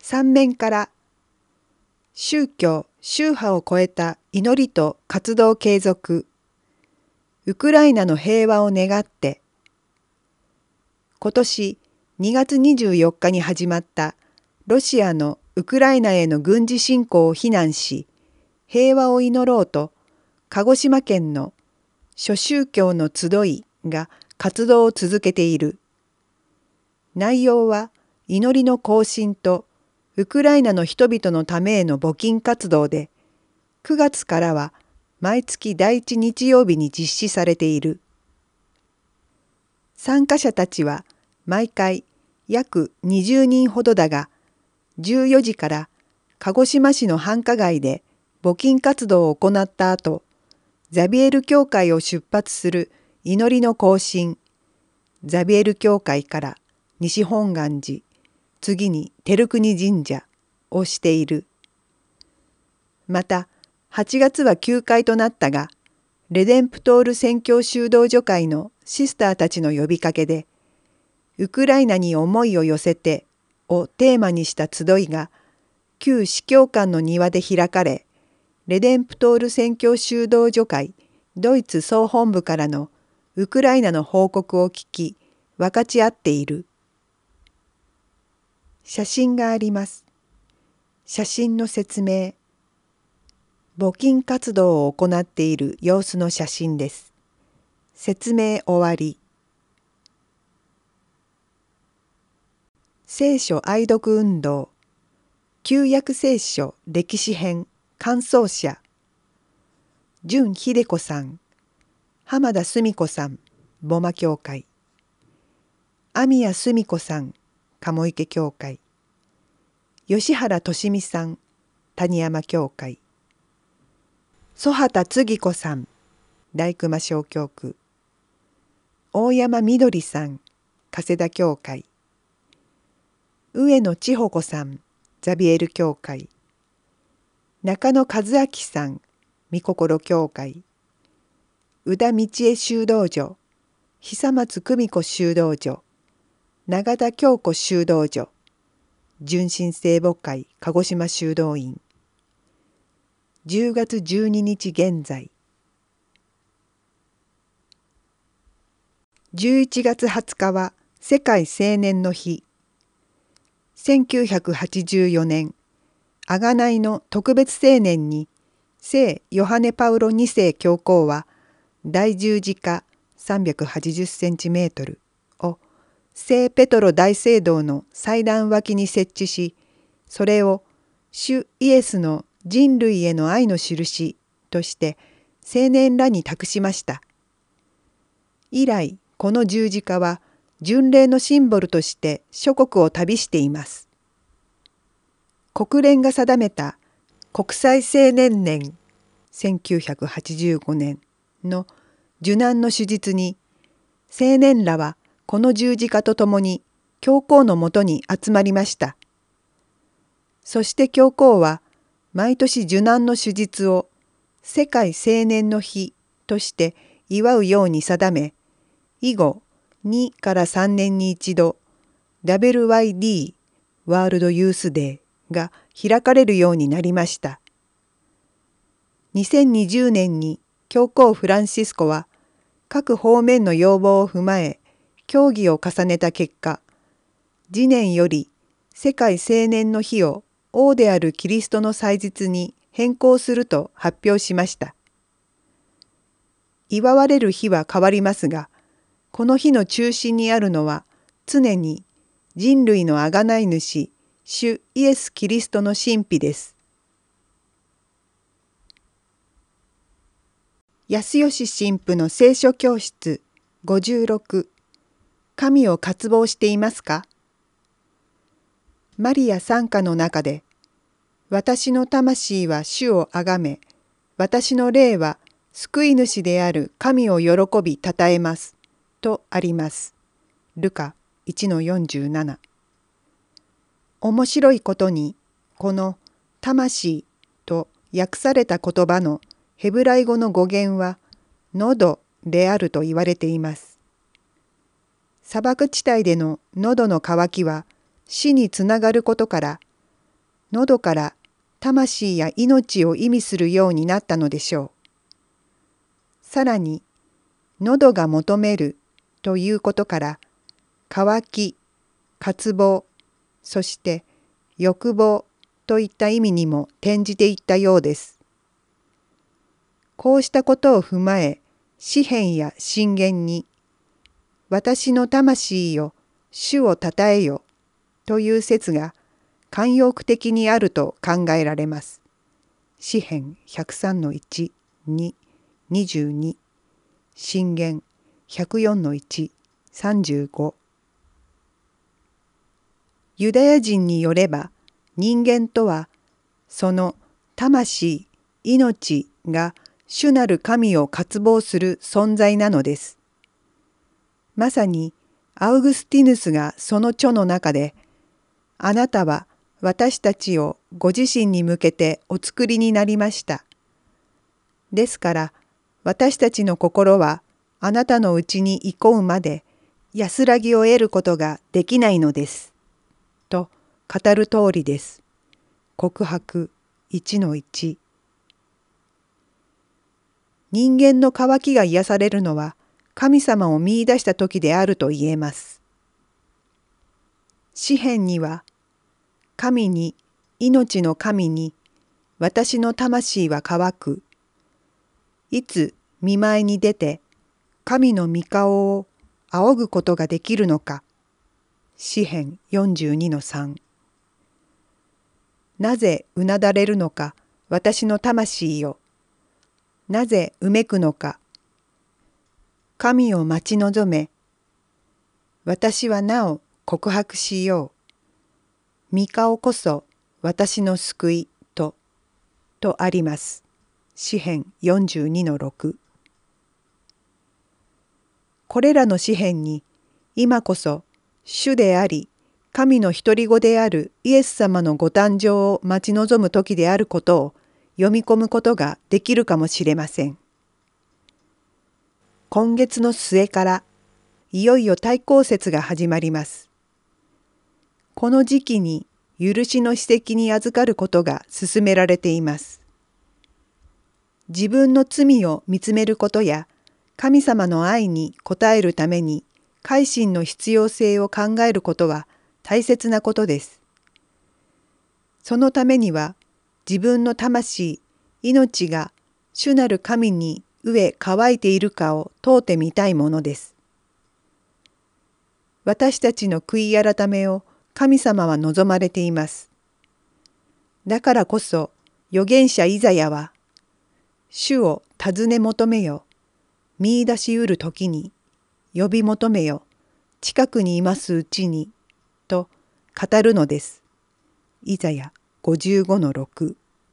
三面から宗教・宗派を超えた祈りと活動継続、ウクライナの平和を願って、今年2月24日に始まったロシアのウクライナへの軍事侵攻を非難し、平和を祈ろうと、鹿児島県の諸宗教の集いが活動を続けている。内容は祈りの行進とウクライナの人々のためへの募金活動で、9月からは毎月第1日曜日に実施されている。参加者たちは毎回約20人ほどだが、14時から鹿児島市の繁華街で募金活動を行った後、ザビエル教会を出発する祈りの行進、ザビエル教会から西本願寺、次に照国神社をしている。また、8月は休会となったが、レデンプトール宣教修道女会のシスターたちの呼びかけで、ウクライナに思いを寄せてをテーマにした集いが、旧司教館の庭で開かれ、レデンプトール宣教修道女会ドイツ総本部からのウクライナの報告を聞き、分かち合っている。写真があります。写真の説明。募金活動を行っている様子の写真です。説明終わり。聖書愛読運動。旧約聖書歴史編感想者。純秀子さん。浜田澄子さん。ボマ教会。網谷澄子さん。鴨池教会。吉原俊美さん。谷山教会。曽畑次子さん。大熊小教区。大山みどりさん。加世田教会。上野千穂子さん。ザビエル教会。中野和明さん。御心教会。宇田道恵修道女。久松久美子修道女。永田京子修道女。純真聖母会鹿児島修道院。10月12日現在。11月20日は世界青年の日。1984年、贖の特別青年に聖ヨハネ・パウロ2世教皇は大十字架380センチメートルを聖ペトロ大聖堂の祭壇脇に設置し、それを主イエスの人類への愛の印として青年らに託しました。以来、この十字架は巡礼のシンボルとして諸国を旅しています。国連が定めた国際青年年1985年の受難の手術に、青年らはこの十字架とともに教皇のもとに集まりました。そして教皇は毎年受難の手術を世界青年の日として祝うように定め、以後2から3年に一度 WYD ワールドユースデーが開かれるようになりました。2020年に教皇フランシスコは各方面の要望を踏まえ協議を重ねた結果、次年より世界青年の日を王であるキリストの祭日に変更すると発表しました。祝われる日は変わりますが、この日の中心にあるのは常に人類の贖い主、主イエス・キリストの神秘です。安吉神父の聖書教室56。神を渇望していますか？マリア賛歌の中で、私の魂は主をあがめ、私の霊は救い主である神を喜びたたえます。とあります。ルカ 1-47。面白いことに、この魂と訳された言葉のヘブライ語の語源は喉であると言われています。砂漠地帯での喉の渇きは死につながることから、 喉から魂や命を意味するようになったのでしょう。さらに、喉が求めるということから、渇き、渇望、そして欲望といった意味にも転じていったようです。こうしたことを踏まえ、詩篇や箴言に、私の魂よ、主をたたえよという説が慣用句的にあると考えられます。詩編103-1、2、22、箴言104-1、35。ユダヤ人によれば、人間とは、その魂、命が主なる神を渇望する存在なのです。まさに、アウグスティヌスがその著の中で、あなたは私たちをご自身に向けてお作りになりました。ですから、私たちの心はあなたのうちに憩うまで安らぎを得ることができないのです。と語る通りです。告白 1-1。人間の渇きが癒されるのは神様を見出した時であると言えます。詩篇には、神に、命の神に、私の魂は渇く。いつ見舞いに出て、神の御顔を仰ぐことができるのか。詩編 42-3。なぜうなだれるのか、私の魂よ。なぜうめくのか。神を待ち望め。私はなお告白しよう。御顔こそ私の救いとあります。詩編 42-6。これらの詩編に今こそ主であり神の独り子であるイエス様のご誕生を待ち望む時であることを読み込むことができるかもしれません。今月の末からいよいよ大公節が始まります。この時期に許しの史跡に預かることが勧められています。自分の罪を見つめることや神様の愛に応えるために改心の必要性を考えることは大切なことです。そのためには自分の魂、命が主なる神に飢え渇いているかを問うてみたいものです。私たちの悔い改めを神様は望まれています。だからこそ預言者イザヤは、主を尋ね求めよ、見出しうる時に、呼び求めよ、近くにいますうちに、と語るのです。イザヤ 55-6。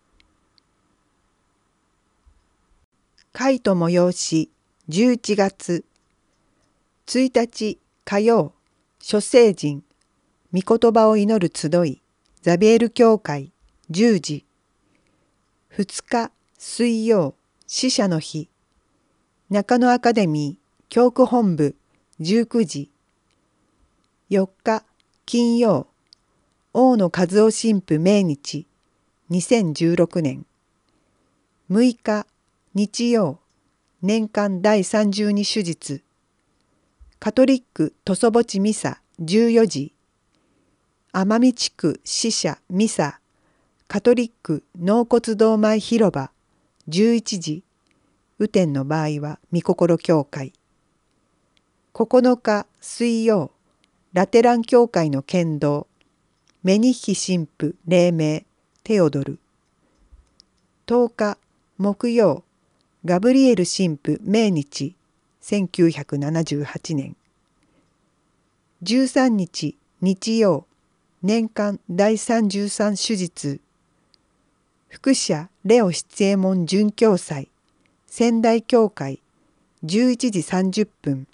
会と催し11月1日火曜、諸聖人、御言葉を祈る集い、ザビエル教会10時。2日水曜、死者の日、中野アカデミー教区本部19時。4日金曜、大野和夫神父命日2016年。6日日曜、年間第32手術。カトリック土佐墓地ミサ14時。奄美地区死者ミサカトリック納骨堂前広場11時。雨天の場合は御心教会。9日水曜、ラテラン教会の剣道、メニッヒ神父黎明テオドル。10日木曜、ガブリエル神父命日1978年。13日日曜、年間第33手術。福社レオ七右衛門殉教祭仙台教会11時30分。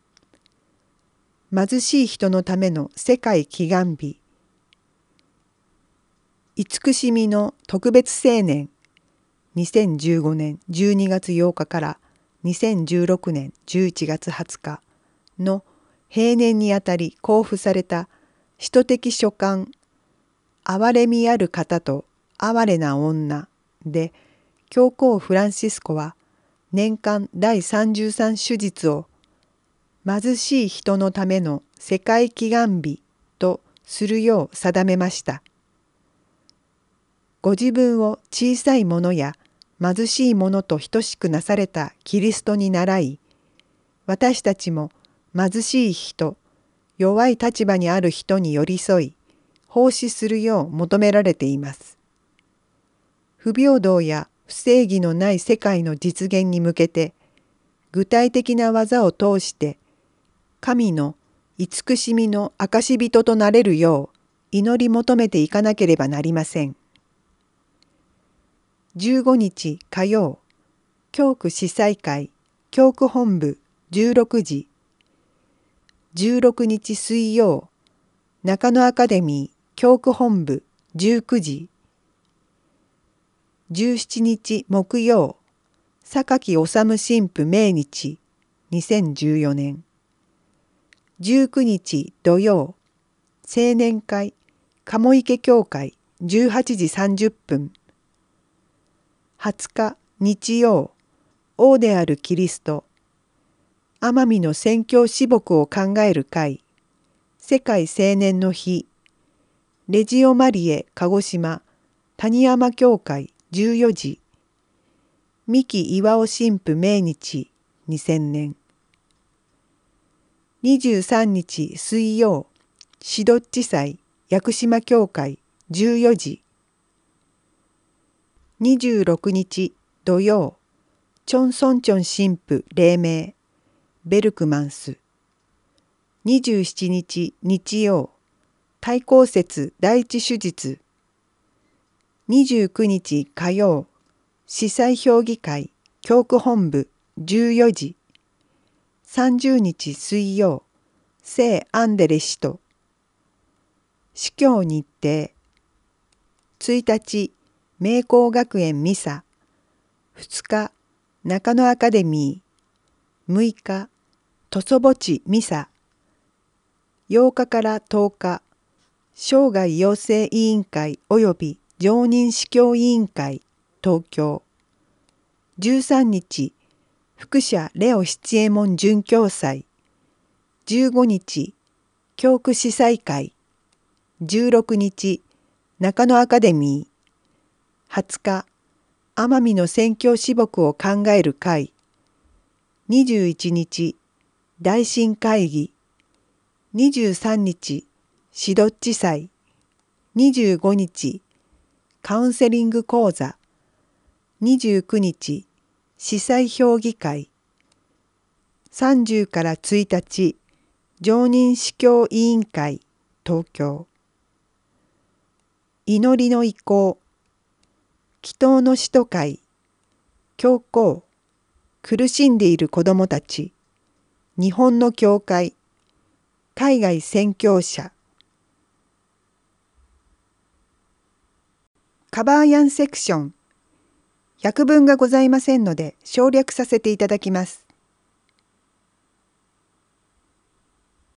貧しい人のための世界祈願日。慈しみの特別青年2015年12月8日から2016年11月20日の平年にあたり交付された使徒的書簡憐れみある方と哀れな女で、教皇フランシスコは年間第33手術を貧しい人のための世界祈願日とするよう定めました。ご自分を小さいものや貧しいものと等しくなされたキリストに倣い、私たちも貧しい人、弱い立場にある人に寄り添い、奉仕するよう求められています。不平等や不正義のない世界の実現に向けて、具体的な技を通して、神の慈しみの証人となれるよう祈り求めていかなければなりません。15日火曜、教区司祭会、教区本部16時。16日水曜、中野アカデミー、教区本部19時。17日木曜、榊治神父命日、2014年。19日土曜、青年会、鴨池教会18時30分。20日日曜、王であるキリスト、奄美の宣教師牧を考える会、世界青年の日、レジオマリエ鹿児島、谷山教会14時、三木岩尾神父命日2000年。23日水曜、シドッチ祭屋久島教会14時。26日土曜、チョンソンチョン神父黎明、ベルクマンス。27日日曜、対抗節第一手術。29日火曜、司祭評議会教区本部14時。30日水曜、聖アンデレ使徒。司教日程。1日、明光学園ミサ。2日、中野アカデミー。6日、土佐墓地ミサ。8日から10日、生涯養成委員会及び常任司教委員会東京。13日、福社レオ七右衛門准教祭。15日、教区司祭会。16日、中野アカデミー。20日、奄美の宣教師牧を考える会。21日、大神会議。23日、シドッチ祭。25日、カウンセリング講座。29日、司祭評議会。30から1日、常任司教委員会、東京。祈りの意向。祈祷の使徒会。教皇。苦しんでいる子どもたち。日本の教会。海外宣教者。カバーヤンセクション。訳文がございませんので省略させていただきます。